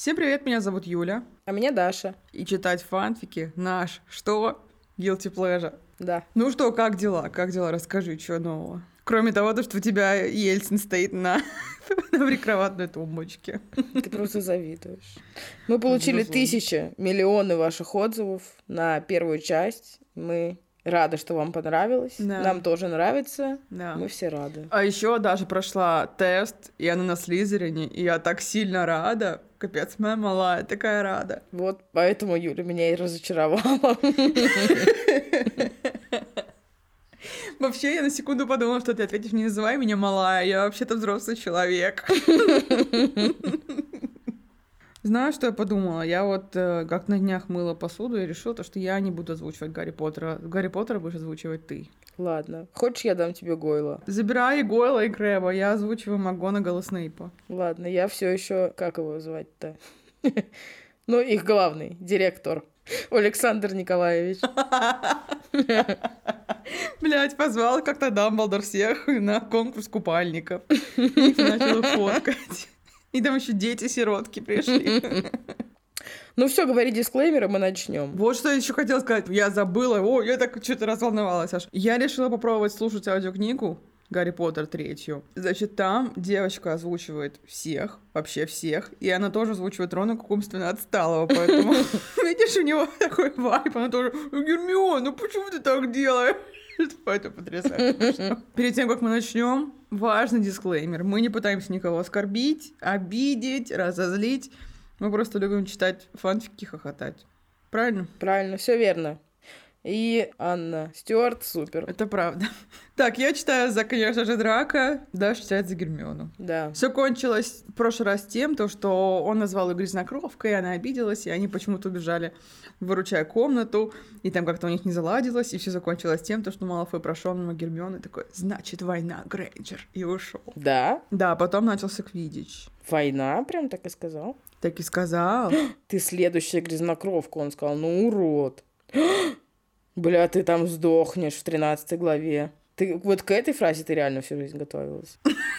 Всем привет, меня зовут Юля. А меня Даша. И читать фанфики наш, что? Guilty pleasure. Да. Ну что, как дела? Как дела? Расскажи, что нового. Кроме того, что у тебя Ельцин стоит на прикроватной тумбочке. Ты просто завидуешь. Мы получили тысячи, миллионы ваших отзывов на первую часть. Мы рады, что вам понравилось. Да. Нам тоже нравится. Да. Мы все рады. А еще даже прошла тест, и она на Слизерине, и я так сильно рада. Капец, моя малая такая рада. Вот поэтому Юля меня и разочаровала. Вообще, я на секунду подумала, что ты ответишь: не называй меня малая, я вообще-то взрослый человек. Знаешь, что я подумала? Я вот как на днях мыла посуду и решила, что я не буду озвучивать Гарри Поттера. Гарри Поттера будешь озвучивать ты. Ладно. Хочешь, я дам тебе Гойла? Забирай и Гойла, и Крэба, я озвучиваю МакГонагал и Снейпа. Ладно, я все еще... Как его звать-то? Ну, их главный, директор. Александр Николаевич. Блять, позвал как-то Дамблдор всех на конкурс купальников. И начал фоткать. И там еще дети-сиротки пришли. Ну все, говори дисклеймер, и мы начнем. Вот что я еще хотела сказать. Я забыла. О, я так что-то разволновалась аж. Я решила попробовать слушать аудиокнигу «Гарри Поттер» 3. Значит, там девочка озвучивает всех, вообще всех, и она тоже озвучивает Рона как умственно отсталого, поэтому, видишь, у него такой вайп, она тоже: Гермиона, ну почему ты так делаешь? Это потрясающе. Перед тем, как мы начнем, важный дисклеймер. Мы не пытаемся никого оскорбить, обидеть, разозлить. Мы просто любим читать фанфики, хохотать. Правильно? Правильно, все верно. И Анна Стюарт супер. Это правда. Так, я читаю за, конечно же, Драко, Даша читает за Гермиону. Да. Все кончилось в прошлый раз тем, что он назвал ее грязнокровкой, и она обиделась, и они почему-то убежали, выручая комнату, и там как-то у них не заладилось, и все закончилось тем, что Малфой прошел мимо Гермионы, такой: значит, война, Грейнджер, и ушел. Да? Да, потом начался квиддич. Война, прям так и сказал? Так и сказал. Ты следующая грязнокровка, он сказал. Ну, урод. Бля, ты там сдохнешь в 13 главе. Ты вот к этой фразе ты реально всю жизнь готовилась?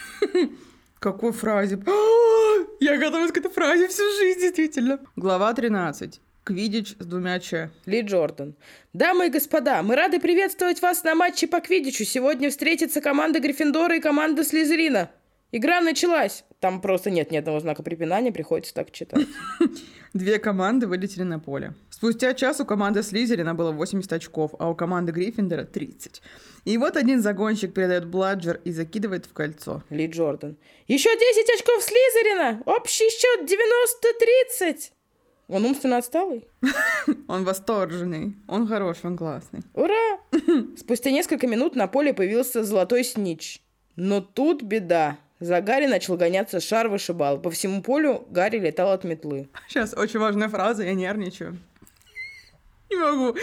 Какой фразе? Я готовилась к этой фразе всю жизнь, действительно. Глава 13. Квиддич с 2 Ч. Ли Джордан. Дамы и господа, мы рады приветствовать вас на матче по квиддичу. Сегодня встретится команда Гриффиндора и команда Слизерина. Игра началась. Там просто нет ни одного знака препинания, приходится так читать. 2 команды вылетели на поле. Спустя час у команды Слизерина было 80 очков, а у команды Гриффиндора 30. И вот один загонщик передает Бладжер и закидывает в кольцо. Ли Джордан. Еще 10 очков Слизерина! Общий счет 90-30! Он умственно отсталый? Он восторженный, он хороший, он классный. Ура! Спустя несколько минут на поле появился золотой снитч. Но тут беда. За Гарри начал гоняться шар-вышибал. По всему полю Гарри летал от метлы. Сейчас очень важная фраза, я нервничаю. Не могу.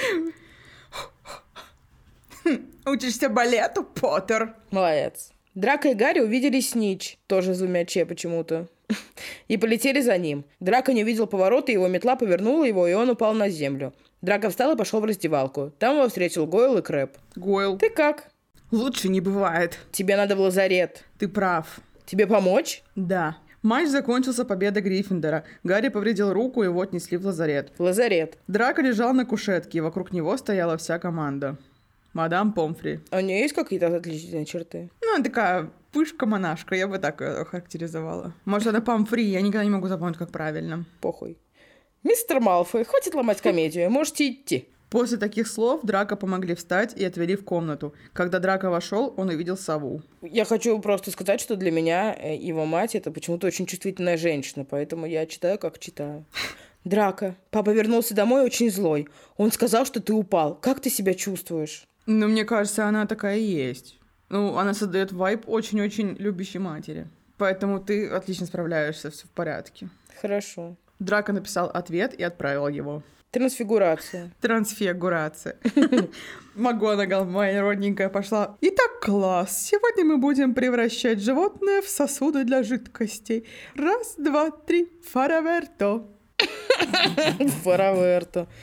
Учишься балету, Поттер? Молодец. Драко и Гарри увидели снитч, тоже с 2 Ч почему-то, и полетели за ним. Драко не увидел поворота, его метла повернула его, и он упал на землю. Драко встал и пошел в раздевалку. Там его встретил Гойл и Крэб. Гойл. Ты как? Лучше не бывает. Тебе надо в лазарет. Ты прав. Тебе помочь? Да. Матч закончился победой Гриффиндора. Гарри повредил руку, его отнесли в лазарет. Лазарет. Драко лежал на кушетке, и вокруг него стояла вся команда. Мадам Помфри. А у нее есть какие-то отличительные черты? Ну, она такая пышка-монашка, я бы так ее характеризовала. Может, она Помфри, я никогда не могу запомнить, как правильно. Похуй. Мистер Малфой, хватит ломать комедию, можете идти. После таких слов Драко помогли встать и отвели в комнату. Когда Драко вошел, он увидел сову. Я хочу просто сказать, что для меня его мать — это почему-то очень чувствительная женщина, поэтому я читаю, как читаю. Драко, папа вернулся домой очень злой. Он сказал, что ты упал. Как ты себя чувствуешь? Ну, мне кажется, она такая и есть. Ну, она создает вайб очень-очень любящей матери. Поэтому ты отлично справляешься, все в порядке. Хорошо. Драко написал ответ и отправил его. Трансфигурация. Трансфигурация. МакГонагал, моя родненькая, пошла. Итак, класс. Сегодня мы будем превращать животное в сосуды для жидкостей. 1, 2, 3. Фараверто. Фараверто.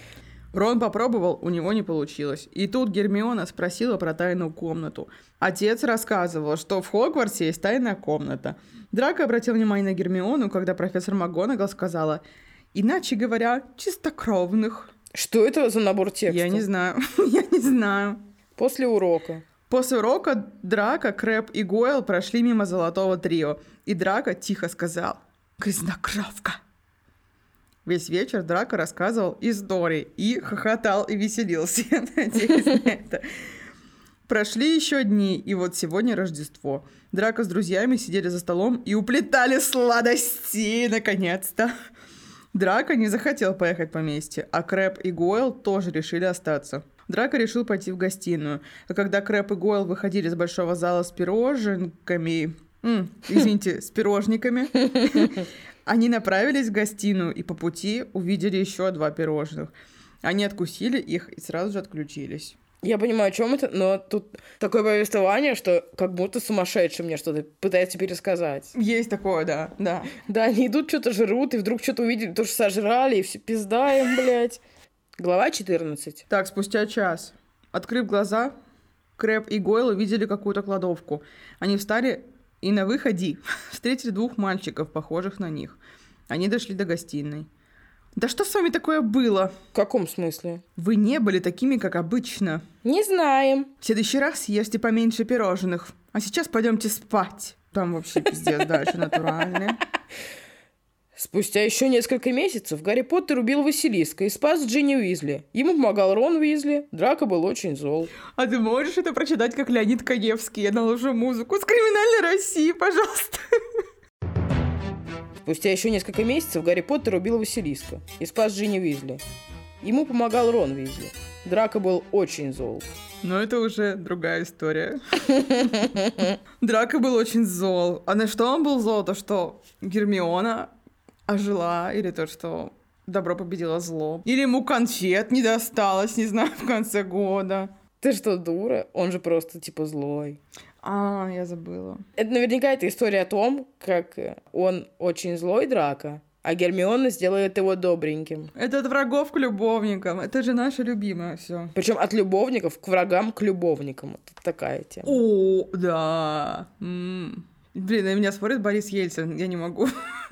Рон попробовал, у него не получилось. И тут Гермиона спросила про тайную комнату. Отец рассказывал, что в Хогвартсе есть тайная комната. Драко обратил внимание на Гермиону, когда профессор МакГонагал сказала, иначе говоря, чистокровных. Что это за набор текста? Я не знаю, я не знаю. После урока. После урока Драко, Крэб и Гойл прошли мимо Золотого Трио. И Драко тихо сказал «Грязнокровка». Весь вечер Драко рассказывал истории и хохотал и веселился. Надеюсь на это. Прошли еще дни, и вот сегодня Рождество. Драко с друзьями сидели за столом и уплетали сладости, наконец-то. Драко не захотел поехать в поместье, а Крэб и Гойл тоже решили остаться. Драко решил пойти в гостиную, а когда Крэб и Гойл выходили из большого зала с пироженками... с пирожниками... Они направились в гостиную и по пути увидели еще 2 пирожных. Они откусили их и сразу же отключились. Я понимаю, о чем это, но тут такое повествование, что как будто сумасшедший мне что-то пытается пересказать. Есть такое, да. Да, они идут, что-то жрут, и вдруг что-то увидели, то, что сожрали, и все пизда им, блядь. Глава 14. Так, спустя час. Открыв глаза, Крэб и Гойл увидели какую-то кладовку. Они встали и на выходе встретили 2 мальчиков, похожих на них. Они дошли до гостиной. «Да что с вами такое было?» В каком смысле? «Вы не были такими, как обычно». Не знаем. «В следующий раз ешьте поменьше пирожных. А сейчас пойдемте спать». Там вообще пиздец дальше натуральный. Спустя еще несколько месяцев Гарри Поттер убил Василиска и спас Джинни Уизли. Ему помогал Рон Уизли. Драко был очень зол. А ты можешь это прочитать, как Леонид Каневский? Я наложу музыку с «Криминальной России», пожалуйста. Спустя еще несколько месяцев Гарри Поттер убил Василиска и спас Джинни Уизли. Ему помогал Рон Уизли. Драко был очень зол. Но это уже другая история. Драко был очень зол. А на что он был зол? То, что Гермиона ожила, или то, что добро победило зло. Или ему конфет не досталось, не знаю, в конце года. Ты что, дура? Он же просто, типа, злой. Я забыла. Это наверняка это история о том, как он очень злой, Драко, а Гермиона сделает его добреньким. Это от врагов к любовникам. Это же наше любимое все. Причем от любовников к врагам к любовникам. Это такая тема. О, да. Блин, на меня смотрит Борис Ельцин. Я не могу.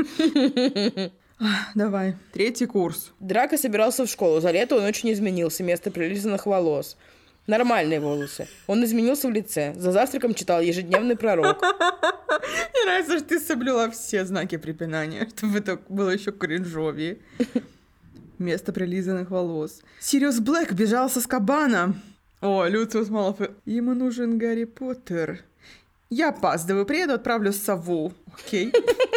Давай. 3 курс. Драко собирался в школу. За лето он очень изменился. Вместо прилизанных волос. Нормальные волосы. Он изменился в лице. За завтраком читал ежедневный пророк. Мне нравится, что ты соблюла все знаки препинания, чтобы это было еще кринжовее. Вместо прилизанных волос. Сириус Блэк бежал со Азкабана. О, Люциус Малфой. Ему нужен Гарри Поттер. Я опаздываю, приеду, отправлю сову. Окей.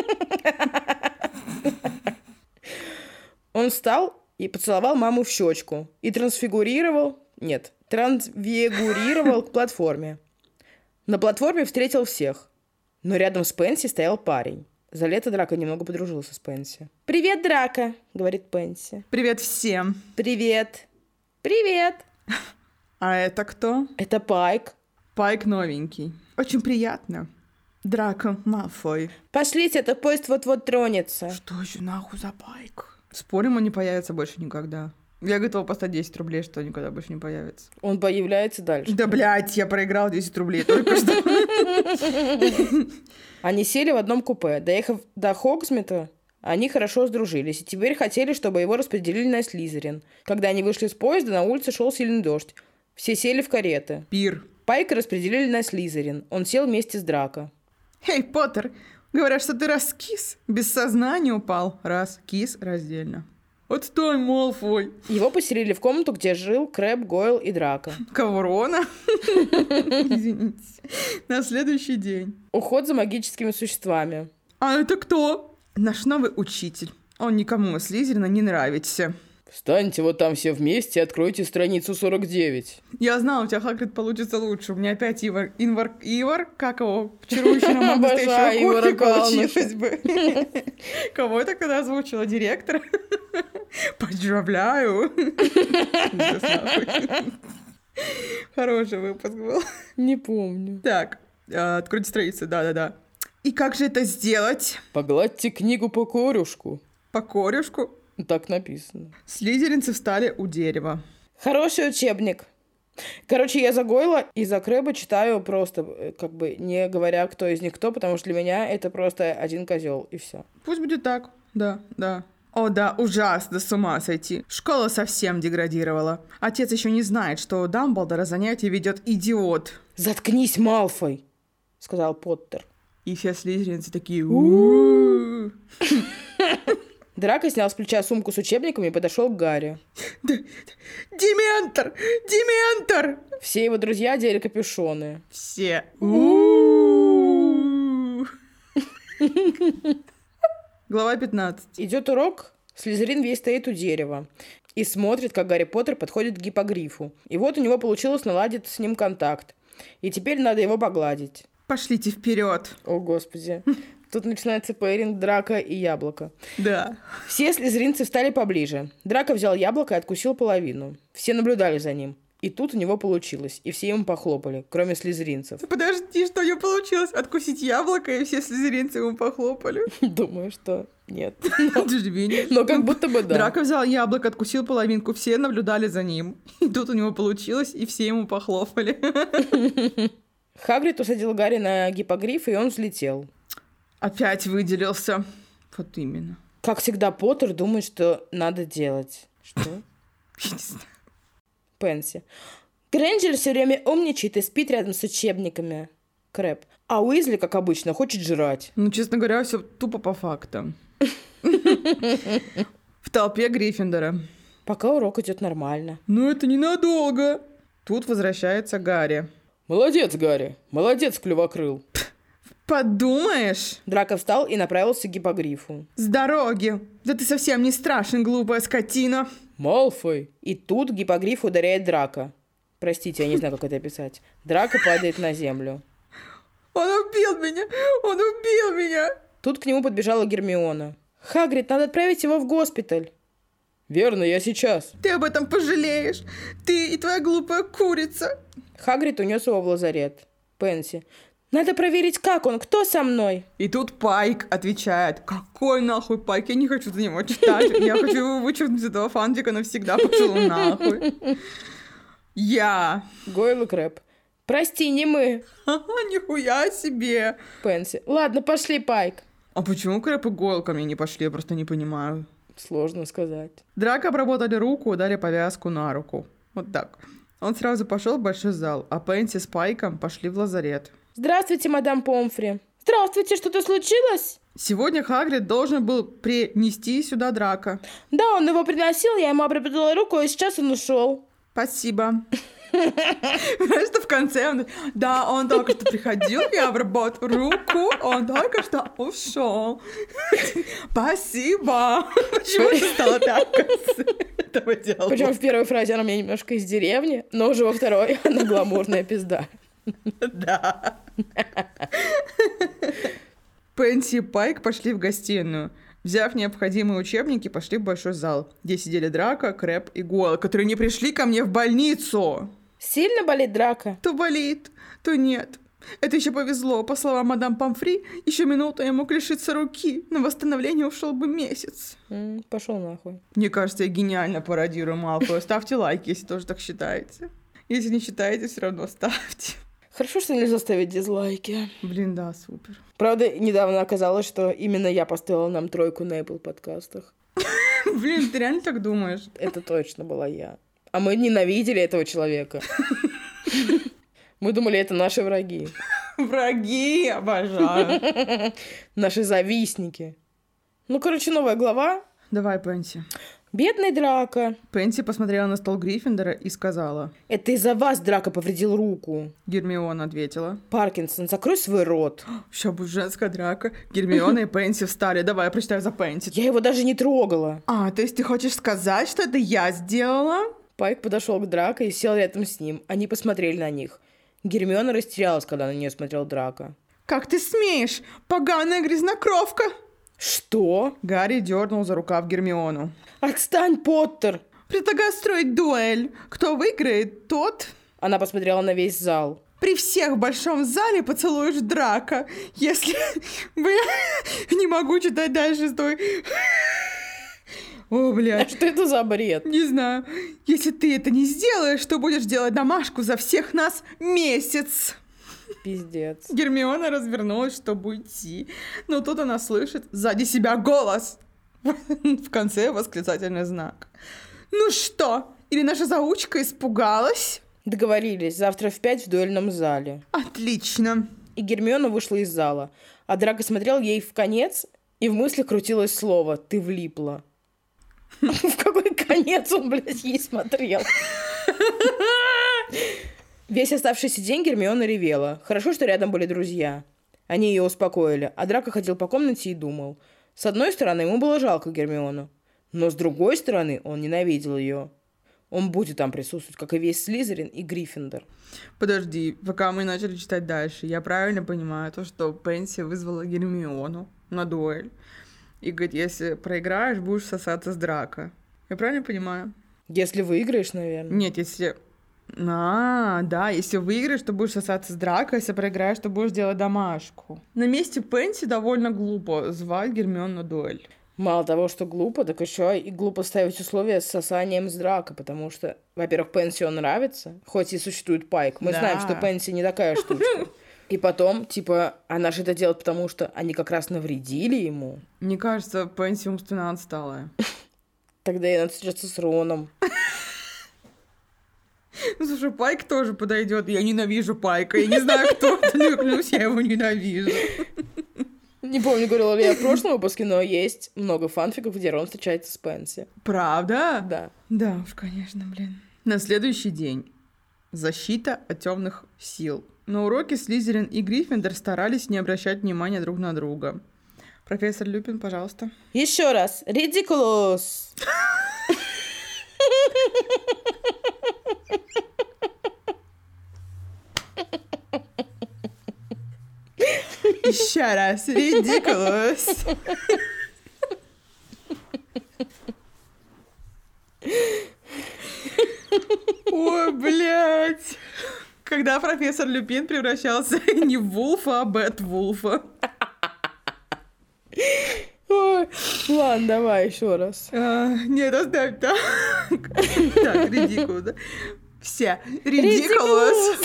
Он встал и поцеловал маму в щечку. И трансфигурировал к платформе. На платформе встретил всех. Но рядом с Пенси стоял парень. За лето Драко немного подружился с Пенси. «Привет, Драко!» — говорит Пенси. Привет всем. «Привет!» «Привет!» А это кто? Это Пайк. Пайк новенький. Очень приятно. Драко Малфой. «Пошлите, это поезд вот-вот тронется». Что еще нахуй за Пайк? Спорим, он не появится больше никогда. Я готова поставить 10 рублей, что он никогда больше не появится. Он появляется дальше. Да, блядь, я проиграл 10 рублей только что. Они сели в одном купе. Доехав до Хогсмита, они хорошо сдружились и теперь хотели, чтобы его распределили на Слизерин. Когда они вышли с поезда, на улице шел сильный дождь. Все сели в кареты. Пир. Пайка распределили на Слизерин. Он сел вместе с Драко. Эй, Поттер, говорят, что ты раскис. Без сознания упал. Раскис раздельно. Отстой, Малфой. Его поселили в комнату, где жил Крэб, Гойл и Драко. Коврона? Извините. На следующий день. Уход за магическими существами. А это кто? Наш новый учитель. Он никому из Слизерина не нравится. Встаньте вот там все вместе и откройте страницу 49. Я знала, у тебя, Хагрид, получится лучше. У меня опять Ивар, как его, чарующий роман настоящего кофе получилось бы. Кого это когда озвучила? Директора? Поздравляю. Хороший выпуск был. Не помню. Так, откройте страницу, да-да-да. И как же это сделать? Погладьте книгу по корюшку. По корюшку? Так написано. Слизеринцы встали у дерева. Хороший учебник. Короче, я за Гойла и за Крэба читаю просто, как бы не говоря, кто из них кто, потому что для меня это просто один козел и все. Пусть будет так. Да. О, да, ужасно, с ума сойти. Школа совсем деградировала. Отец еще не знает, что у Дамблдора занятия ведет идиот. Заткнись, Малфой, сказал Поттер. И все слизеринцы такие... «У-у-у». Драко снял с плеча сумку с учебниками и подошел к Гарри. Дементор! Дементор! Все его друзья одели капюшоны. Все. Глава 15. Идет урок, Слизерин весь стоит у дерева и смотрит, как Гарри Поттер подходит к гиппогрифу. И вот у него получилось наладить с ним контакт. И теперь надо его погладить. Пошлите вперед. О, Господи. Тут начинается пейринг Драко и Яблоко. Да. Все слизеринцы встали поближе. Драко взял яблоко и откусил половину. Все наблюдали за ним. И тут у него получилось, и все ему похлопали, кроме слизеринцев. Подожди, что у него получилось? Откусить яблоко, и все слизеринцы ему похлопали? Думаю, что нет. Ты же видишь. Но как будто бы да. Драко взял яблоко, откусил половинку, все наблюдали за ним. И тут у него получилось, и все ему похлопали. Хагрид усадил Гарри на гиппогриф, и он взлетел. Опять выделился. Вот именно. Как всегда, Поттер думает, что надо делать. Что? Я не знаю. Пенси. Грейнджер все время умничает и спит рядом с учебниками. Крэб. А Уизли, как обычно, хочет жрать. Ну, честно говоря, все тупо по фактам. В толпе Гриффиндора. Пока урок идет нормально. Ну, это ненадолго. Тут возвращается Гарри. Молодец, Гарри. Молодец, Клювокрыл. Подумаешь? Драко встал и направился к гиппогрифу. С дороги. Да ты совсем не страшен, глупая скотина. Малфой. И тут гиппогриф ударяет Драко. Простите, я не знаю, как это описать. Драко падает на землю. Он убил меня! Он убил меня! Тут к нему подбежала Гермиона. Хагрид, надо отправить его в госпиталь. Верно, я сейчас. Ты об этом пожалеешь. Ты и твоя глупая курица. Хагрид унес его в лазарет. Пенси. Надо проверить, как он, кто со мной? И тут Пайк отвечает. Какой нахуй Пайк? Я не хочу за него читать. Я хочу его вычеркнуть из этого фанфика навсегда. Пошел нахуй. Я. Гойл и Крэб. Прости, не мы. Нихуя себе. Пенси. Ладно, пошли, Пайк. А почему Крэб и Гойл ко мне не пошли? Я просто не понимаю. Сложно сказать. Драко обработали руку, дали повязку на руку. Вот так. Он сразу пошел в большой зал, а Пенси с Пайком пошли в лазарет. Здравствуйте, мадам Помфри. Здравствуйте, что-то случилось? Сегодня Хагрид должен был принести сюда Драко. Да, он его приносил, я ему обработала руку, и сейчас он ушел. Спасибо. Знаешь, что в конце он... Да, он только что приходил, я обработал руку, он только что ушел. Спасибо. Почему ты стала так в конце этого диалога? Причем в первой фразе она у меня немножко из деревни, но уже во второй она гламурная пизда. Да. Пенси и Пайк пошли в гостиную. Взяв необходимые учебники, пошли в большой зал, где сидели Драко, Крэб и Гойл, которые не пришли ко мне в больницу. Сильно болит Драко? То болит, то нет. Это еще повезло. По словам мадам Помфри, еще минуту я мог лишиться руки. На восстановление ушел бы месяц. Пошел нахуй. Мне кажется, я гениально пародирую Малфоя. Ставьте лайки, если тоже так считаете. Если не считаете, все равно ставьте. Хорошо, что нельзя ставить дизлайки. Блин, да, супер. Правда, недавно оказалось, что именно я поставила нам 3 на Apple подкастах. Блин, ты реально так думаешь? Это точно была я. А мы ненавидели этого человека. Мы думали, это наши враги. Враги, обожаю. Наши завистники. Ну, короче, новая глава. Давай, Пенси. Бедный Драко. Пенси посмотрела на стол Гриффиндора и сказала. Это из-за вас Драко повредил руку. Гермиона ответила. Паркинсон, закрой свой рот. Сейчас будет женская драка. Гермиона и Пенси встали. Давай, я прочитаю за Пенси. Я его даже не трогала. А, то есть ты хочешь сказать, что это я сделала? Пайк подошел к Драко и сел рядом с ним. Они посмотрели на них. Гермиона растерялась, когда на нее смотрел Драко. Как ты смеешь? Поганая грязнокровка! Что? Гарри дернул за рукав Гермиону. Отстань, Поттер! Предлагаю строить дуэль. Кто выиграет, тот... Она посмотрела на весь зал. При всех в большом зале поцелуешь Драко. Если... Не могу читать дальше, стой. О, А блядь. что это за бред? Не знаю. Если ты это не сделаешь, то будешь делать домашку за всех нас месяц. Пиздец. Гермиона развернулась, чтобы уйти. Но тут она слышит сзади себя голос. В конце восклицательный знак. Ну что, или наша заучка испугалась? Договорились, завтра в 5 в дуэльном зале. Отлично. И Гермиона вышла из зала. А Драко смотрел ей в конец, и в мыслях крутилось слово «ты влипла». В какой конец он, блядь, ей смотрел? Весь оставшийся день Гермиона ревела. Хорошо, что рядом были друзья. Они ее успокоили, а Драко ходил по комнате и думал. С одной стороны, ему было жалко Гермиону, но с другой стороны, он ненавидел ее. Он будет там присутствовать, как и весь Слизерин и Гриффиндор. Подожди, пока мы начали читать дальше, я правильно понимаю то, что Пенси вызвала Гермиону на дуэль. И говорит, если проиграешь, будешь сосаться с Драко. Я правильно понимаю? Если выиграешь, наверное. Нет, если... да, если выиграешь, то будешь сосаться с Драко, если проиграешь, то будешь делать домашку. На месте Пенси довольно глупо звать Гермиону на дуэль. Мало того, что глупо, так еще и глупо ставить условия с сосанием с Драко, потому что, во-первых, Пенси он нравится, хоть и существует Пайк. Мы знаем, что Пенси не такая штучка. И потом, типа, она же это делает, потому что они как раз навредили ему. Мне кажется, Пенси умственно отсталая. Тогда ей надо встречаться с Роном. Ну, слушай, Пайк тоже подойдет. Я ненавижу Пайка. Я не знаю, кто это, но клянусь, я его ненавижу. Не помню, говорила ли я в прошлом выпуске, но есть много фанфиков, где Рон встречается с Пенси. Правда? Да. Да уж, конечно, блин. На следующий день. Защита от темных сил. На уроке Слизерин и Гриффиндор старались не обращать внимания друг на друга. Профессор Люпин, пожалуйста. Еще раз. Ridiculous. Еще раз. Ridiculous. Ой, блядь. Когда профессор Люпин превращался не в Вулфа, а Бэт-Вулфа. Ой, ладно, давай еще раз. Нет, оставь так. Так, ridicule, да? Все. Ridiculous.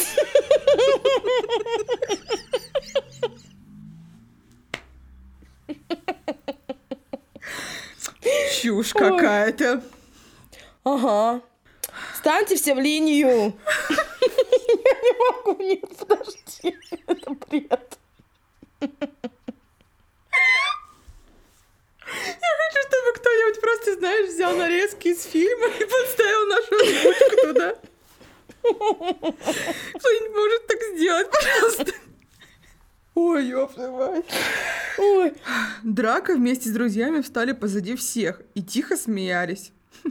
Чушь какая-то. Ага. Станьте все в линию. Я не могу, нет, подожди. Это бред. Я хочу, чтобы кто-нибудь просто, знаешь, взял нарезки из фильма и подставил нашу озвучку туда. Кто-нибудь может так сделать, пожалуйста. Ой, ёпта мать. Ой. Драко вместе с друзьями встали позади всех и тихо смеялись.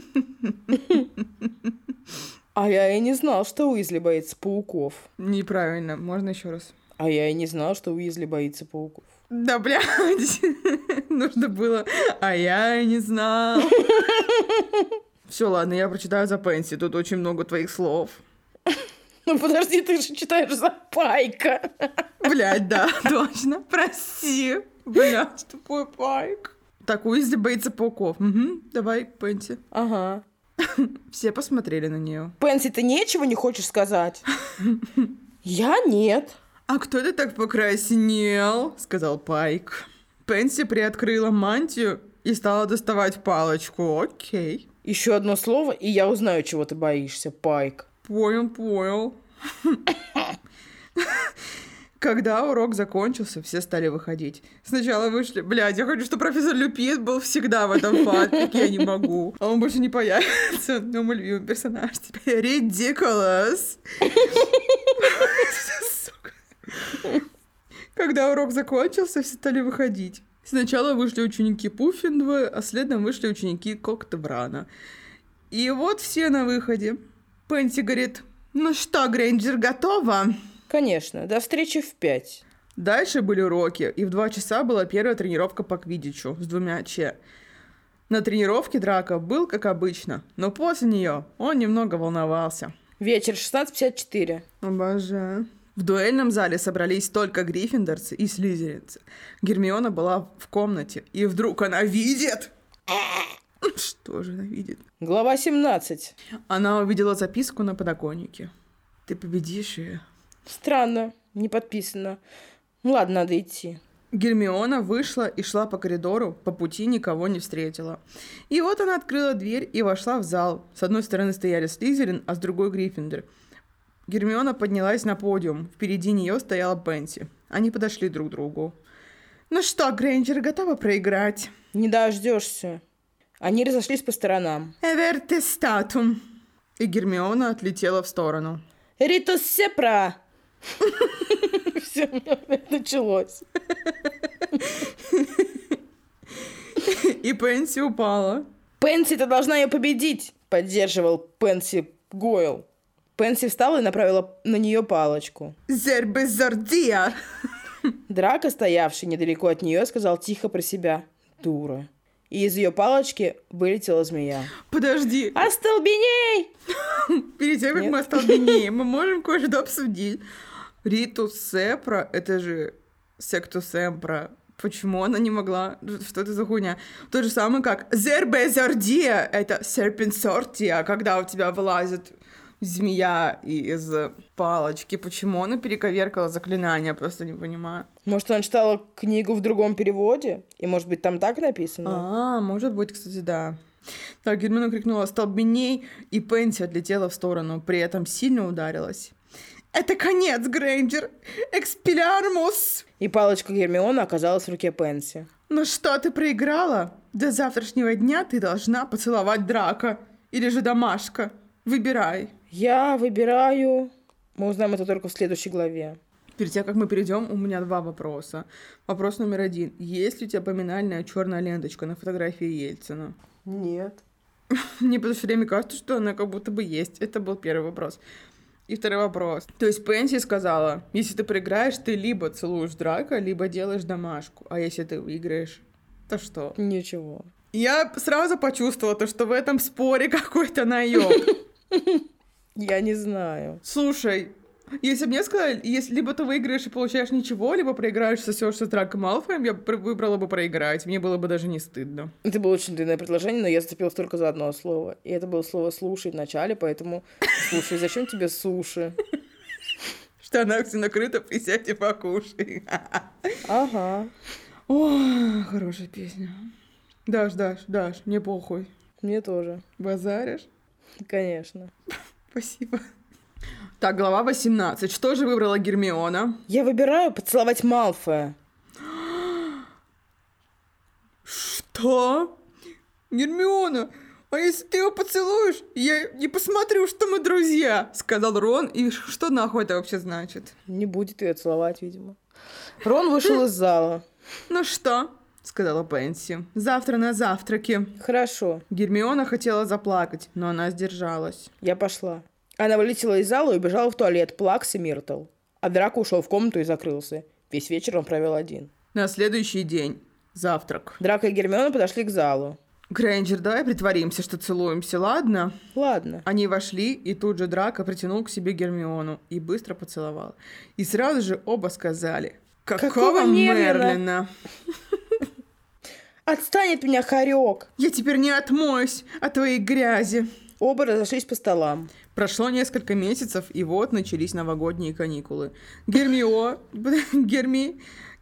А я и не знал, что Уизли боится пауков. Неправильно, можно еще раз. А я и не знал, что Уизли боится пауков. Да, блядь, нужно было, а я и не знал. Все, ладно, я прочитаю за Пенси, тут очень много твоих слов. Ну подожди, ты же читаешь за Пайка. Блядь, да, точно, прости. Блядь, тупой Пайк. Так, Уизли боится пауков. Угу, давай, Пенси. Ага. Все посмотрели на нее. Пенси, ты ничего не хочешь сказать? Я нет. «А кто ты так покраснел?» — сказал Пайк. Пенси приоткрыла мантию и стала доставать палочку. Окей. Еще одно слово, и я узнаю, чего ты боишься, Пайк. Понял. Когда урок закончился, все стали выходить. Сначала вышли... Блядь, я хочу, чтобы профессор Люпин был всегда в этом фанфике, я не могу. А он больше не появится. Но мой любимый персонаж теперь Ridiculous. Когда урок закончился, все стали выходить. Сначала вышли ученики Пуффиндуя, а следом вышли ученики Коктебрана. И вот все на выходе. Пенси говорит: «Ну что, Грейнджер, готова?» Конечно, до встречи в 5. Дальше были уроки, и в 2 часа была первая тренировка по квиддичу с 2 че. На тренировке Драко был, как обычно, но после нее он немного волновался. Вечер, 16:54. Обожаю. В дуэльном зале собрались только гриффиндорцы и слизеринцы. Гермиона была в комнате, и вдруг она видит... Тоже она видит. Глава 17. Она увидела записку на подоконнике. Ты победишь ее. Странно, не подписано. Ну ладно, надо идти. Гермиона вышла и шла по коридору, по пути никого не встретила. И вот она открыла дверь и вошла в зал. С одной стороны стояли Слизерин, а с другой Гриффиндор. Гермиона поднялась на подиум. Впереди нее стояла Пенси. Они подошли друг к другу. «Ну что, Грейнджер, готова проиграть?» Не дождешься. Они разошлись по сторонам. «Эверте статум». И Гермиона отлетела в сторону. «Ритус сепра!» Все, началось. И Пенси упала. «Пенси, ты должна ее победить!» Поддерживал Пенси Гойл. Пенси встала и направила на нее палочку. «Зербезардия!» Драко, стоявший недалеко от нее, сказал тихо про себя: «Дура». И из ее палочки вылетела змея. Подожди. «Остолбеней!» Перед тем, как Нет. мы остолбенеем, мы можем кое-что обсудить. Ритус Сепра, это же Сектус Эмпра. Почему она не могла? Что это за хуйня? То же самое, как Зербезардия, это Серпенсортия, когда у тебя вылазит змея из палочки. Почему она перековеркала заклинание? Просто не понимаю. Может, она читала книгу в другом переводе? И, может быть, там так написано? Может быть, кстати, да. Так, Гермиона крикнула «Столбеней!», и Пенси отлетела в сторону, при этом сильно ударилась. «Это конец, Грейнджер! Экспеллиармус!» И палочка Гермиона оказалась в руке Пенси. «Ну что, ты проиграла? До завтрашнего дня ты должна поцеловать Драко. Или же Домашка. Выбирай». Я выбираю... Мы узнаем это только в следующей главе. Перед тем, как мы перейдем, у меня 2 вопроса. Вопрос номер 1. Есть ли у тебя поминальная черная ленточка на фотографии Ельцина? Нет. Мне по все время кажется, что она как будто бы есть. Это был первый вопрос. И второй вопрос. То есть Пенси сказала, если ты проиграешь, ты либо целуешь Драко, либо делаешь домашку. А если ты выиграешь, то что? Ничего. Я сразу почувствовала то, что в этом споре какой-то наёб. Я не знаю. Слушай, если бы мне сказали, если либо ты выиграешь и получаешь ничего, либо проиграешь, сосёшься с Драко Малфоем, я выбрала бы проиграть. Мне было бы даже не стыдно. Это было очень длинное предложение, но я зацепилась только за одно слово. И это было слово «слушай» в начале, поэтому слушай, зачем тебе суши? В штанах все накрыто, присядь и покушай. Ага. О, хорошая песня. Даш, мне похуй. Мне тоже. Базаришь? Конечно. Спасибо. Так, глава 18. Что же выбрала Гермиона? Я выбираю поцеловать Малфоя. Что? Гермиона, а если ты его поцелуешь, я не посмотрю, что мы друзья, сказал Рон. И что нахуй это вообще значит? Не будет ее целовать, видимо. Рон вышел из зала. Ну что? Сказала Пенси. Завтра на завтраке. Хорошо. Гермиона хотела заплакать, но она сдержалась. Я пошла. Она вылетела из зала и убежала в туалет Плакс и Миртл. А Драко ушел в комнату и закрылся. Весь вечер он провел один. На следующий день. Завтрак. Драко и Гермиона подошли к залу. Грейнджер, давай притворимся, что целуемся, ладно? Ладно. Они вошли, и тут же Драко притянул к себе Гермиону и быстро поцеловал. И сразу же оба сказали: «Какого Мерлина?» Отстань от меня, хорек! «Я теперь не отмоюсь от твоей грязи!» Оба разошлись по столам. Прошло несколько месяцев, и вот начались новогодние каникулы. Гермия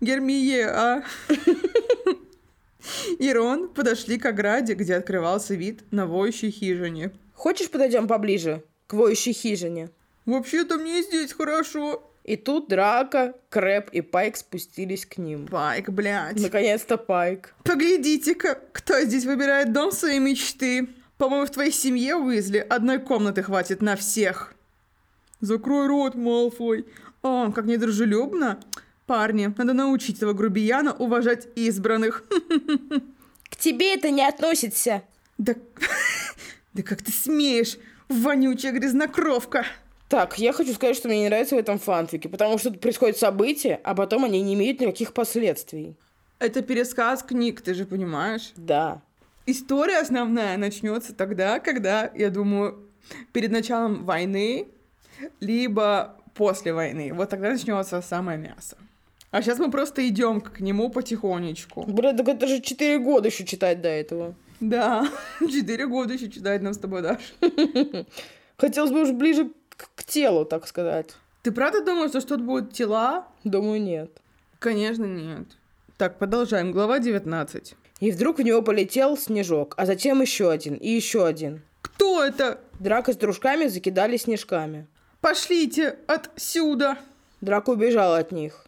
и Рон подошли к ограде, где открывался вид на воющей хижине. Хочешь, подойдем поближе к воющей хижине? «Вообще-то мне здесь хорошо». И тут Драко, Крэб и Пайк спустились к ним. Пайк, блядь. Наконец-то Пайк. «Поглядите-ка, кто здесь выбирает дом своей мечты. По-моему, в твоей семье, Уизли, одной комнаты хватит на всех». «Закрой рот, Малфой». «О, как недружелюбно. Парни, надо научить этого грубияна уважать избранных». К тебе это не относится. Да как ты смеешь, вонючая грязнокровка. Так, я хочу сказать, что мне не нравится в этом фанфике, потому что тут происходят события, а потом они не имеют никаких последствий. Это пересказ книг, ты же понимаешь? Да. История основная начнется тогда, когда, я думаю, перед началом войны, либо после войны. Вот тогда начнется самое мясо. А сейчас мы просто идем к нему потихонечку. Блин, так это же 4 года еще читать до этого. Да, 4 года еще читать нам с тобой, Даш. Хотелось бы уж ближе к телу, так сказать. Ты правда думаешь, что тут будут тела? Думаю, нет. Конечно, нет. Так, продолжаем. Глава 19. И вдруг в него полетел снежок, а затем еще один и еще один. Кто это? Драка с дружками закидали снежками. Пошлите отсюда. Драка убежал от них.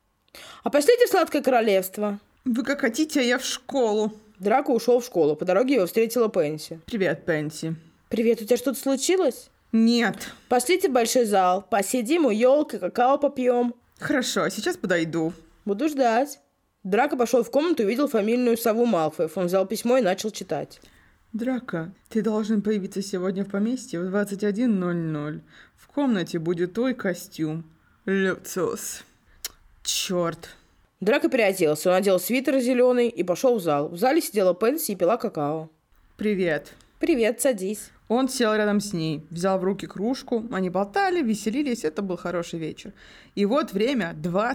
А пошлите в сладкое королевство. Вы как хотите, а я в школу. Драка ушел в школу. По дороге его встретила Пенси. Привет, Пенси. Привет, у тебя что-то случилось? Нет. Пошлите в большой зал. Посидим у елки, какао попьем. Хорошо, сейчас подойду. Буду ждать. Драка пошел в комнату и увидел фамильную сову Малфоев. Он взял письмо и начал читать. Драка, ты должен появиться сегодня в поместье в 21:00. В комнате будет твой костюм. Люциус. Черт. Драка переоделся. Он надел свитер зеленый и пошел в зал. В зале сидела Пенси и пила какао. Привет. Привет, садись. Он сел рядом с ней, взял в руки кружку, они болтали, веселились, это был хороший вечер. И вот время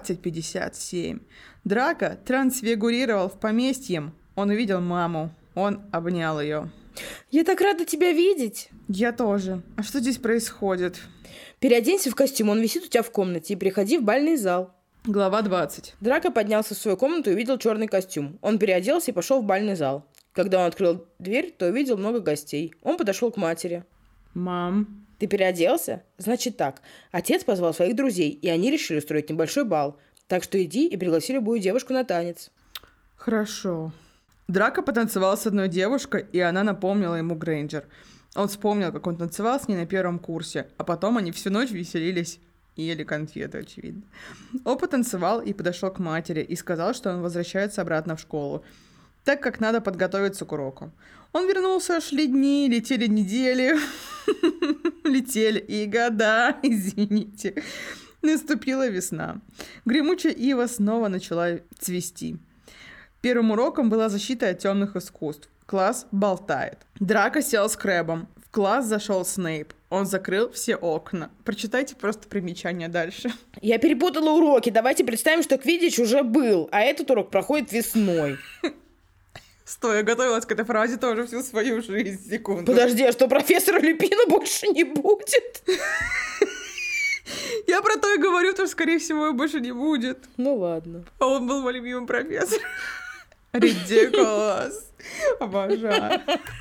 20:57. Драка трансфигурировал в поместье, он увидел маму, он обнял ее. Я так рада тебя видеть. Я тоже. А что здесь происходит? Переоденься в костюм, он висит у тебя в комнате, и приходи в бальный зал. Глава 20. Драка поднялся в свою комнату и увидел черный костюм. Он переоделся и пошел в бальный зал. Когда он открыл дверь, то увидел много гостей. Он подошел к матери. Мам. Ты переоделся? Значит так. Отец позвал своих друзей, и они решили устроить небольшой бал. Так что иди и пригласи любую девушку на танец. Хорошо. Драка потанцевал с одной девушкой, и она напомнила ему Грейнджер. Он вспомнил, как он танцевал с ней на первом курсе, а потом они всю ночь веселились и ели конфеты, очевидно. Он потанцевал и подошел к матери и сказал, что он возвращается обратно в школу, так как надо подготовиться к уроку. Он вернулся, шли дни, летели недели, летели и года, извините. Наступила весна. Гремучая ива снова начала цвести. Первым уроком была защита от темных искусств. Класс болтает. Драка сел с Крэбом. В класс зашел Снейп. Он закрыл все окна. Прочитайте просто примечание дальше. Я перепутала уроки. Давайте представим, что Квиддич уже был, а этот урок проходит весной. Стой, я готовилась к этой фразе тоже всю свою жизнь. Секунду. Подожди, а что, профессора Люпина больше не будет? Я про то и говорю, что, скорее всего, его больше не будет. Ну ладно. А он был мой любимый профессор. Ridiculous. Обожаю.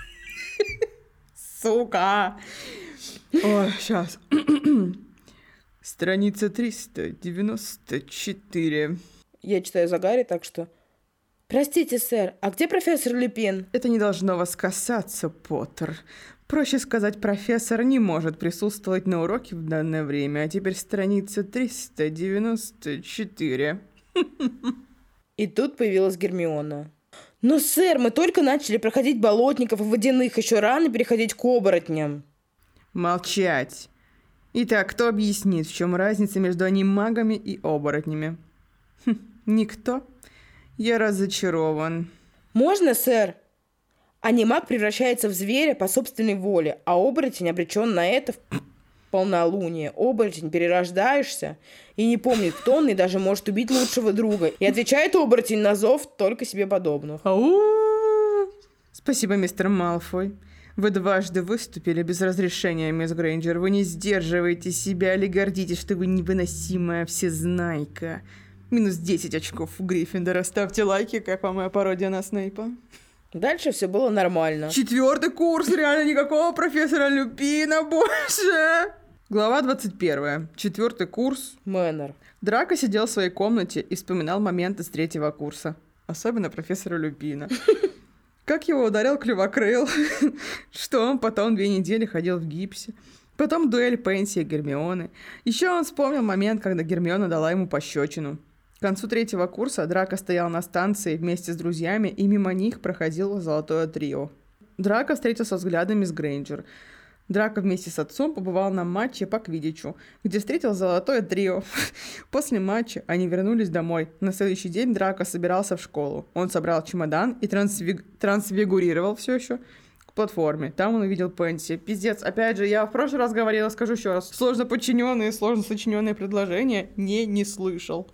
Сука. Ой, сейчас. Страница 394. Я читаю за Гарри, так что... Простите, сэр, а где профессор Люпин? Это не должно вас касаться, Поттер. Проще сказать, профессор не может присутствовать на уроке в данное время. А теперь страница 394. И тут появилась Гермиона. Но, сэр, мы только начали проходить болотников и водяных, еще рано переходить к оборотням. Молчать. Итак, кто объяснит, в чем разница между анимагами и оборотнями? Никто? Я разочарован. Можно, сэр? Анимаг превращается в зверя по собственной воле, а оборотень обречен на это в полнолуние. Оборотень перерождаешься и не помнит, кто он, и даже может убить лучшего друга. И отвечает оборотень на зов только себе подобных. Ау! Спасибо, мистер Малфой. Вы дважды выступили без разрешения, мисс Грейнджер. Вы не сдерживаете себя или гордитесь, что вы невыносимая всезнайка. Минус 10 очков у Гриффиндора. Ставьте лайки, как вам моя пародия на Снейпа. Дальше все было нормально. 4-й курс, реально никакого профессора Люпина больше. Глава 21. 4-й курс. Мэннер. Драко сидел в своей комнате и вспоминал моменты с 3-го курса. Особенно профессора Люпина. Как его ударил Клювокрыл. Что он потом 2 недели ходил в гипсе. Потом дуэль Пенси и Гермионы. Еще он вспомнил момент, когда Гермиона дала ему пощечину. К концу 3-го курса Драко стоял на станции вместе с друзьями, и мимо них проходило золотое трио. Драко встретился взглядами с Грейнджер. Драко вместе с отцом побывал на матче по квиддичу, где встретил золотое трио. После матча они вернулись домой. На следующий день Драко собирался в школу. Он собрал чемодан и трансфигурировал все еще к платформе. Там он увидел Пенси. Пиздец, опять же, я в прошлый раз говорила, скажу еще раз. Сложно подчиненные, сложно сочиненные предложения не слышал.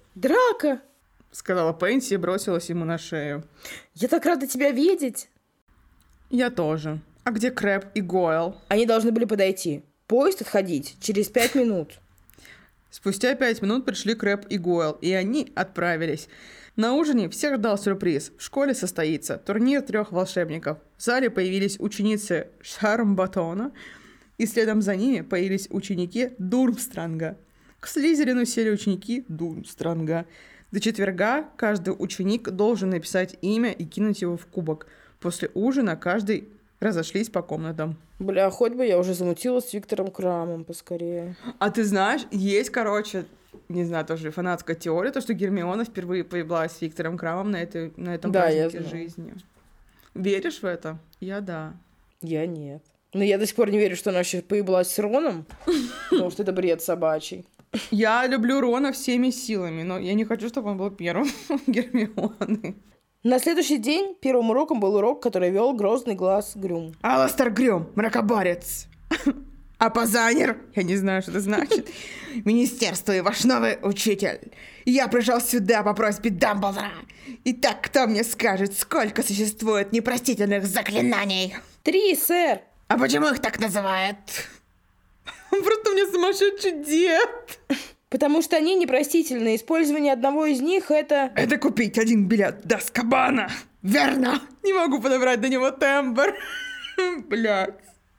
Я тоже. А где Крэб и Гойл? Они должны были подойти. Поезд отходить через 5 минут. Спустя 5 минут пришли Крэб и Гойл, и они отправились. На ужине всех ждал сюрприз. В школе состоится турнир 3 волшебников. В зале появились ученицы Шармбатона, и следом за ними появились ученики Дурмстранга. К Слизерину сели ученики Дурмстранга. До четверга каждый ученик должен написать имя и кинуть его в кубок. После ужина каждый разошлись по комнатам. Бля, хоть бы я уже замутила с Виктором Крамом поскорее. А ты знаешь, есть, не знаю, тоже фанатская теория, то, что Гермиона впервые появилась с Виктором Крамом на этом празднике жизни. Веришь в это? Я да. Я нет. Но я до сих пор не верю, что она вообще появилась с Роном, потому что это бред собачий. Я люблю Рона всеми силами, но я не хочу, чтобы он был первым Гермионы. На следующий день первым уроком был урок, который вел грозный глаз Грюм. Аластер Грюм, мракоборец. Апазанер, я не знаю, что это значит. Министерство и ваш новый учитель. Я пришел сюда по просьбе Дамблдора. Итак, кто мне скажет, сколько существует непростительных заклинаний? 3, сэр. А почему их так называют? Просто у меня сумасшедший дед. Потому что они непростительны. Использование одного из них это... Это купить 1 билет до Азкабана. Верно. Не могу подобрать до него тембр. Блядь.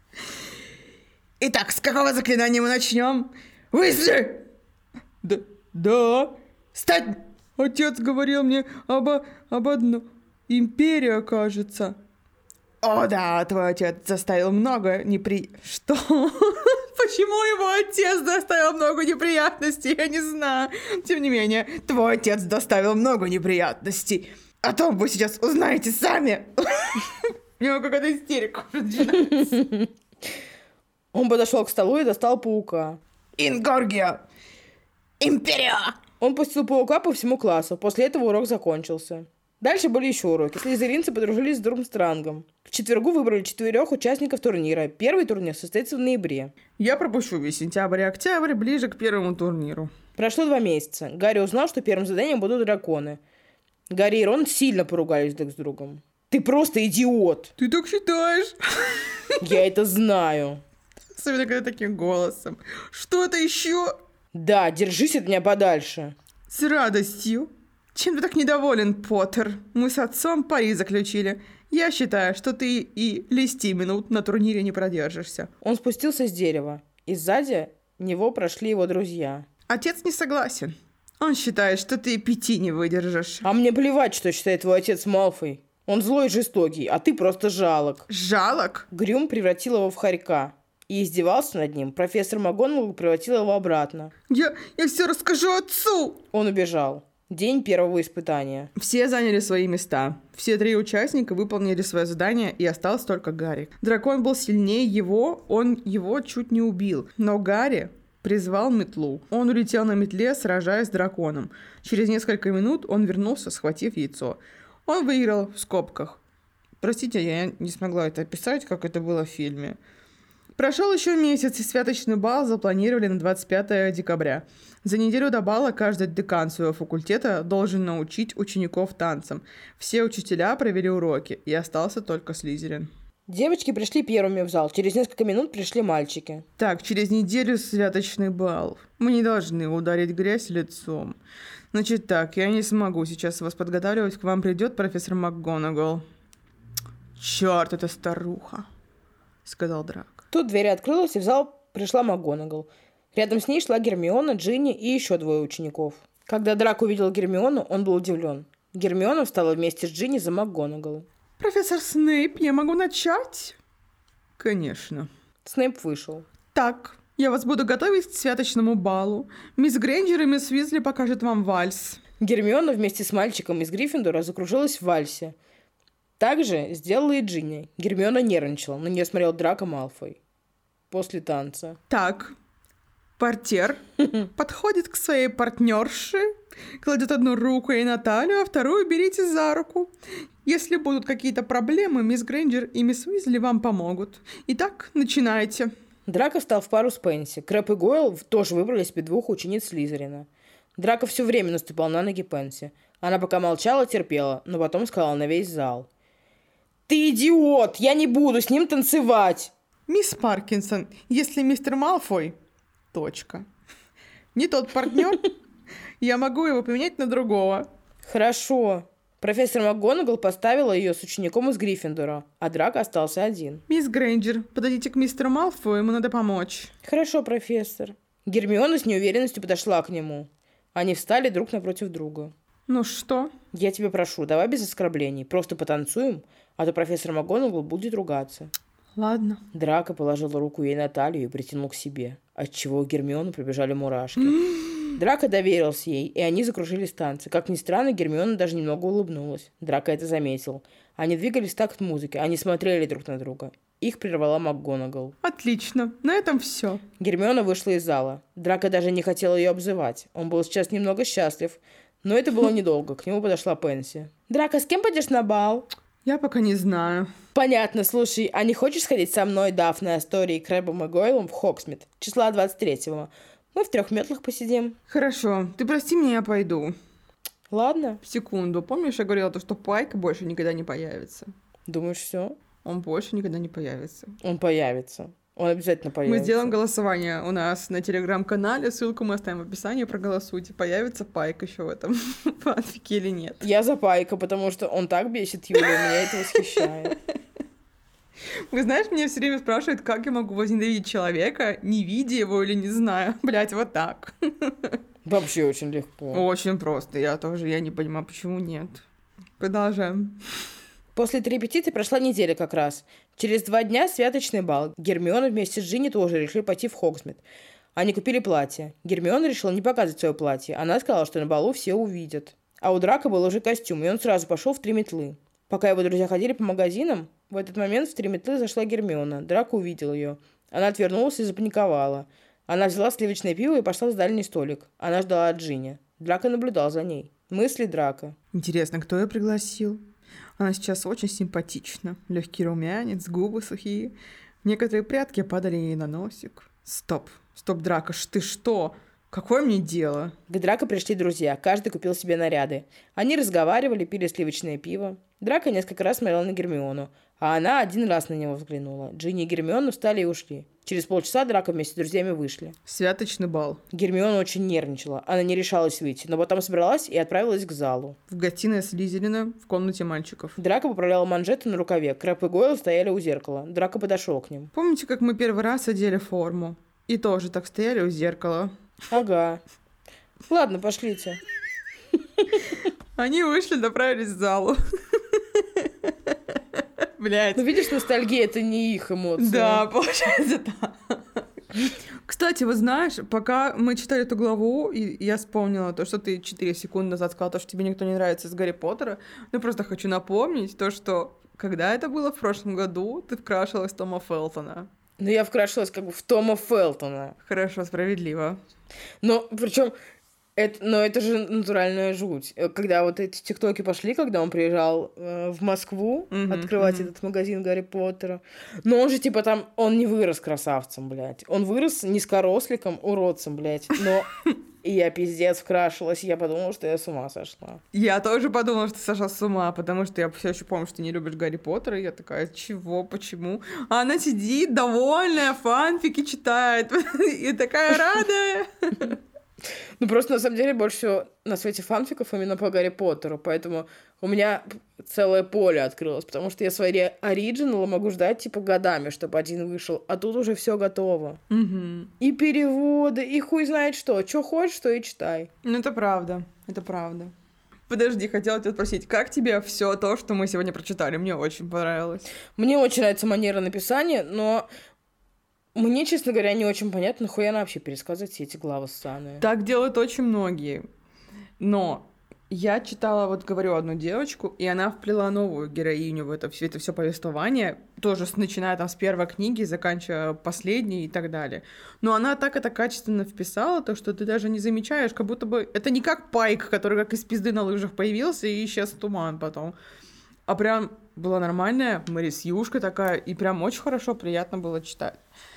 Итак, с какого заклинания мы начнем? Уизли! Да. Стать! Отец говорил мне об одном. Империя, кажется. О, да, твой отец заставил много Что? Почему его отец доставил много неприятностей? Я не знаю. Тем не менее, твой отец доставил много неприятностей. О том вы сейчас узнаете сами. У него какая-то истерика уже начинается. Он подошел к столу и достал паука. Ингоргия! Империя! Он пустил паука по всему классу. После этого урок закончился. Дальше были еще уроки. Слизеринцы подружились с Дурмстрангом. К четвергу выбрали 4 участников турнира. Первый турнир состоится в ноябре. Я пропущу весь сентябрь и октябрь ближе к первому турниру. Прошло 2 месяца. Гарри узнал, что первым заданием будут драконы. Гарри и Рон сильно поругались друг с другом. Ты просто идиот! Ты так считаешь? Я это знаю. Особенно когда таким голосом. Что это еще? Да, держись от меня подальше. С радостью. Чем ты так недоволен, Поттер? Мы с отцом пари заключили. Я считаю, что ты и 10 минут на турнире не продержишься. Он спустился с дерева, и сзади него прошли его друзья. Отец не согласен. Он считает, что ты 5 не выдержишь. А мне плевать, что считает твой отец Малфой. Он злой и жестокий, а ты просто жалок. Жалок? Грюм превратил его в хорька и издевался над ним. Профессор МакГонагал превратил его обратно. Я все расскажу отцу! Он убежал. День первого испытания. Все заняли свои места. Все 3 участника выполнили свое задание, и остался только Гарри. Дракон был сильнее его, он его чуть не убил. Но Гарри призвал метлу. Он улетел на метле, сражаясь с драконом. Через несколько минут он вернулся, схватив яйцо. Он выиграл в скобках. Простите, я не смогла это описать, как это было в фильме. Прошел еще месяц, и святочный бал запланировали на 25 декабря. За неделю до бала каждый декан своего факультета должен научить учеников танцам. Все учителя провели уроки, и остался только Слизерин. Девочки пришли первыми в зал. Через несколько минут пришли мальчики. Так, через неделю святочный бал. Мы не должны ударить грязь лицом. Значит так, я не смогу сейчас вас подготавливать. К вам придет профессор МакГонагал. Черт, это старуха, сказал Драк. Тут дверь открылась, и в зал пришла МакГонагал. Рядом с ней шла Гермиона, Джинни и еще 2 учеников. Когда Драк увидел Гермиону, он был удивлен. Гермиона встала вместе с Джинни за МакГонагал. «Профессор Снейп, я могу начать?» «Конечно». Снейп вышел. «Так, я вас буду готовить к святочному балу. Мисс Грейнджер и мисс Уизли покажут вам вальс». Гермиона вместе с мальчиком из Гриффиндора закружилась в вальсе. Так же сделала и Джинни. Гермиона нервничала, на нее смотрел Драко Малфой. После танца. Так, портьер подходит к своей партнерше, кладет одну руку ей на талию, а вторую берите за руку. Если будут какие-то проблемы, мисс Грейнджер и мисс Уизли вам помогут. Итак, начинайте. Драко встал в пару с Пенси. Крэб и Гойл тоже выбрали себе 2 учениц Слизерина. Драко все время наступал на ноги Пенси. Она пока молчала, терпела, но потом сказала на весь зал. Ты идиот! Я не буду с ним танцевать! Мисс Паркинсон, если мистер Малфой... Точка. Не тот партнер, я могу его поменять на другого. Хорошо. Профессор МакГонагал поставила ее с учеником из Гриффиндора, а Драко остался один. Мисс Грейнджер, подойдите к мистеру Малфою, ему надо помочь. Хорошо, профессор. Гермиона с неуверенностью подошла к нему. Они встали друг напротив друга. Ну что? Я тебя прошу, давай без оскорблений. Просто потанцуем, а то профессор МакГонагал будет ругаться. Ладно. Драко положил руку ей на талию и притянул к себе, отчего у Гермионы пробежали мурашки. Драко доверился ей, и они закружились в танце. Как ни странно, Гермиона даже немного улыбнулась. Драко это заметил. Они двигались в такт музыки, они смотрели друг на друга. Их прервала МакГонагал. Отлично, на этом все. Гермиона вышла из зала. Драко даже не хотел ее обзывать. Он был сейчас немного счастлив. Но это было недолго. К нему подошла Пенси. «Драко, с кем пойдешь на бал?» Я пока не знаю. «Понятно, слушай, а не хочешь сходить со мной, Дафной, Асторией, Крэбом и Гойлом в Хоксмит? Числа 23-го. Мы в 3 метлах посидим». Хорошо, ты прости меня, я пойду. Ладно. Секунду, помнишь, я говорила, что Пайк больше никогда не появится? Думаешь, все? Он больше никогда не появится. Он появится. Он обязательно появится. Мы сделаем голосование у нас на телеграм-канале, ссылку мы оставим в описании, проголосуйте, появится Пайк еще в этом фанфике или нет. Я за Пайка, потому что он так бесит Юлю, меня это восхищает. Вы знаешь, меня все время спрашивают, как я могу возненавидеть человека, не видя его или не знаю. Блять, вот так. Вообще очень легко. Очень просто. Я не понимаю, почему нет. Продолжаем. После репетиции прошла неделя как раз. Через 2 дня святочный бал. Гермиона вместе с Джинни тоже решили пойти в Хогсмит. Они купили платье. Гермиона решила не показывать свое платье. Она сказала, что на балу все увидят. А у Драко был уже костюм, и он сразу пошел в 3 метлы. Пока его друзья ходили по магазинам, в этот момент в 3 метлы зашла Гермиона. Драко увидел ее. Она отвернулась и запаниковала. Она взяла сливочное пиво и пошла в дальний столик. Она ждала Джинни. Драко наблюдал за ней. Мысли Драко. Интересно, кто ее пригласил? Она сейчас очень симпатична. Легкий румянец, губы сухие. Некоторые прядки падали ей на носик. Стоп, Драко, ты что? Какое мне дело? К Драко пришли друзья. Каждый купил себе наряды. Они разговаривали, пили сливочное пиво. Драко несколько раз смотрел на Гермиону, а она 1 раз на него взглянула. Джинни и Гермиона встали и ушли. Через полчаса Драко вместе с друзьями вышли. Святочный бал. Гермиона очень нервничала. Она не решалась выйти, но потом собралась и отправилась к залу. В гостиной Слизерина, в комнате мальчиков. Драко поправляла манжеты на рукаве. Крэб и Гойл стояли у зеркала. Драко подошел к ним. Помните, как мы первый раз одели форму? И тоже так стояли у зеркала. Ага. Ладно, пошлите. Они вышли, направились в залу. Блять. Ну, видишь, ностальгия — это не их эмоции. Да, получается так. Кстати, вот знаешь, пока мы читали эту главу, и я вспомнила то, что ты 4 секунды назад сказала, то, что тебе никто не нравится из Гарри Поттера, но просто хочу напомнить то, что когда это было в прошлом году, ты вкрашивалась в Тома Фелтона. Ну, я вкрашивалась как бы в Тома Фелтона. Хорошо, справедливо. Но, причем, это же натуральная жуть. Когда вот эти тиктоки пошли, когда он приезжал в Москву открывать этот магазин Гарри Поттера. Но он же, типа, там, он не вырос красавцем, блядь. Он вырос низкоросликом, уродцем, блядь. Но и я пиздец вкрашивалась, и я подумала, что я с ума сошла. Я тоже подумала, что ты сошла с ума, потому что я все еще помню, что ты не любишь Гарри Поттера, и я такая, чего, почему? А она сидит, довольная, фанфики читает, и такая радая. Ну, просто, на самом деле, больше всего на свете фанфиков именно по Гарри Поттеру, поэтому у меня целое поле открылось, потому что я свои оригиналы могу ждать, типа, годами, чтобы один вышел, а тут уже все готово. Угу. И переводы, и хуй знает что хочешь, то и читай. Ну, это правда, это правда. Подожди, хотела тебя спросить, как тебе все то, что мы сегодня прочитали? Мне очень понравилось. Мне очень нравится манера написания, но мне, честно говоря, не очень понятно, нахуя она вообще пересказывать все эти главы ссаные. Так делают очень многие. Но я читала, вот говорю, одну девочку, и она вплела новую героиню в это все повествование, тоже начиная там с первой книги, заканчивая последней и так далее. Но она так это качественно вписала, то, что ты даже не замечаешь, как будто бы... Это не как Пайк, который как из пизды на лыжах появился и исчез в туман потом. А прям была нормальная Марисьюшка такая, и прям очень хорошо, приятно было читать.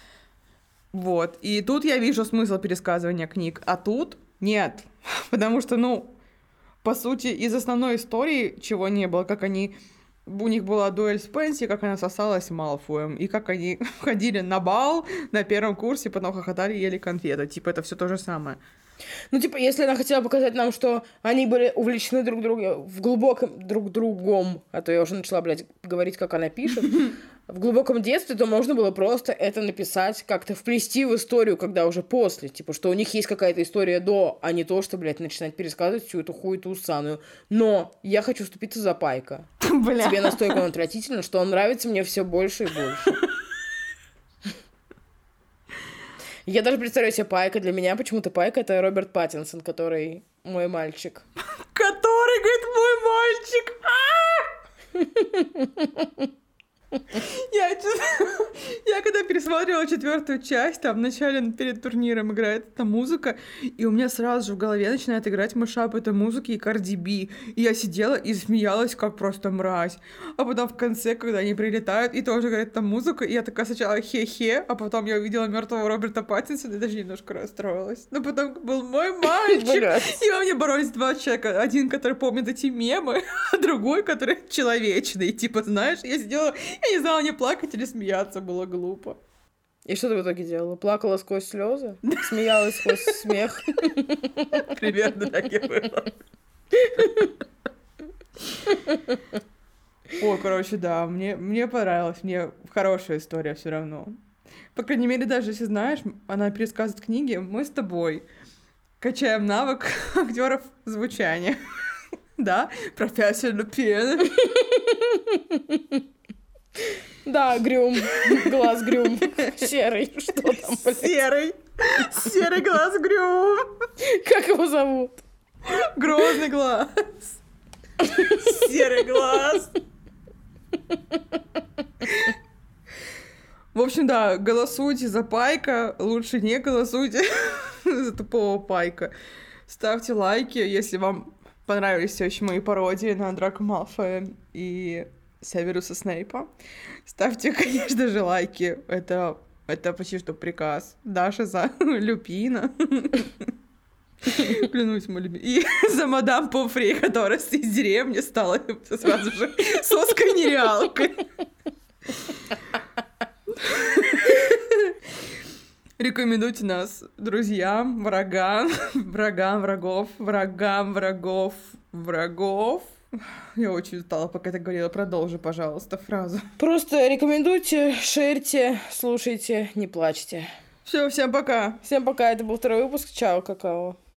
Вот. И тут я вижу смысл пересказывания книг, а тут нет. Потому что, по сути, из основной истории, чего не было, как они у них была дуэль с Пенси, как она сосалась с Малфоем, и как они ходили на бал на первом курсе, потом хохотали и ели конфеты. Типа, это все то же самое. Ну, типа, если она хотела показать нам, что они были увлечены друг другом, в глубоком друг другом, а то я уже начала, блядь, говорить, как она пишет, в глубоком детстве, то можно было просто это написать, как-то вплести в историю, когда уже после. Типа, что у них есть какая-то история до, а не то, что, блядь, начинать пересказывать всю эту хуету ссаную. Но я хочу вступиться за Пайка. Бля. Тебе настолько он отвратительно, что он нравится мне все больше и больше. Я даже представляю себе Пайка. Для меня почему-то Пайк — это Роберт Паттинсон, который мой мальчик. Который, говорит, мой мальчик. Я когда пересматривала 4-ю часть, там вначале перед турниром играет эта музыка, и у меня сразу же в голове начинает играть мышап этой музыки и Cardi B. И я сидела и смеялась, как просто мразь. А потом в конце, когда они прилетают, и тоже играет там музыка, и я такая сначала хе-хе, а потом я увидела мертвого Роберта Паттинсона и даже немножко расстроилась. Но потом был мой мальчик. И во мне боролись два человека. Один, который помнит эти мемы, а другой, который человечный. Типа, знаешь, я сидела... Я не знала, не плакать или смеяться, было глупо. И что ты в итоге делала? Плакала сквозь слезы? Смеялась сквозь смех? Примерно так и было. О, короче, да, мне понравилось, мне хорошая история все равно. По крайней мере, даже если знаешь, она пересказывает книги, мы с тобой качаем навык актеров звучания. Да, профессор Люпен. Да, Грюм. Глаз Грюм. Серый. Что там, блядь? Серый глаз Грюм. Как его зовут? Грозный глаз. Серый глаз. В общем, да, голосуйте за Пайка. Лучше не голосуйте за тупого Пайка. Ставьте лайки, если вам понравились все еще мои пародии на Драко Малфоя и Северуса Снейпа. Ставьте, конечно же, лайки. Это почти что приказ. Даша за Люпина. Клянусь, мой любимый. И за мадам Помфри, которая из деревни стала сразу же соской-нереалкой. Рекомендуйте нас друзьям, врагам, врагов. Я очень устала, пока ты говорила. Продолжи, пожалуйста, фразу. Просто рекомендуйте, шерьте, слушайте, не плачьте. Все, всем пока. Всем пока, это был 2-й выпуск. Чао, какао.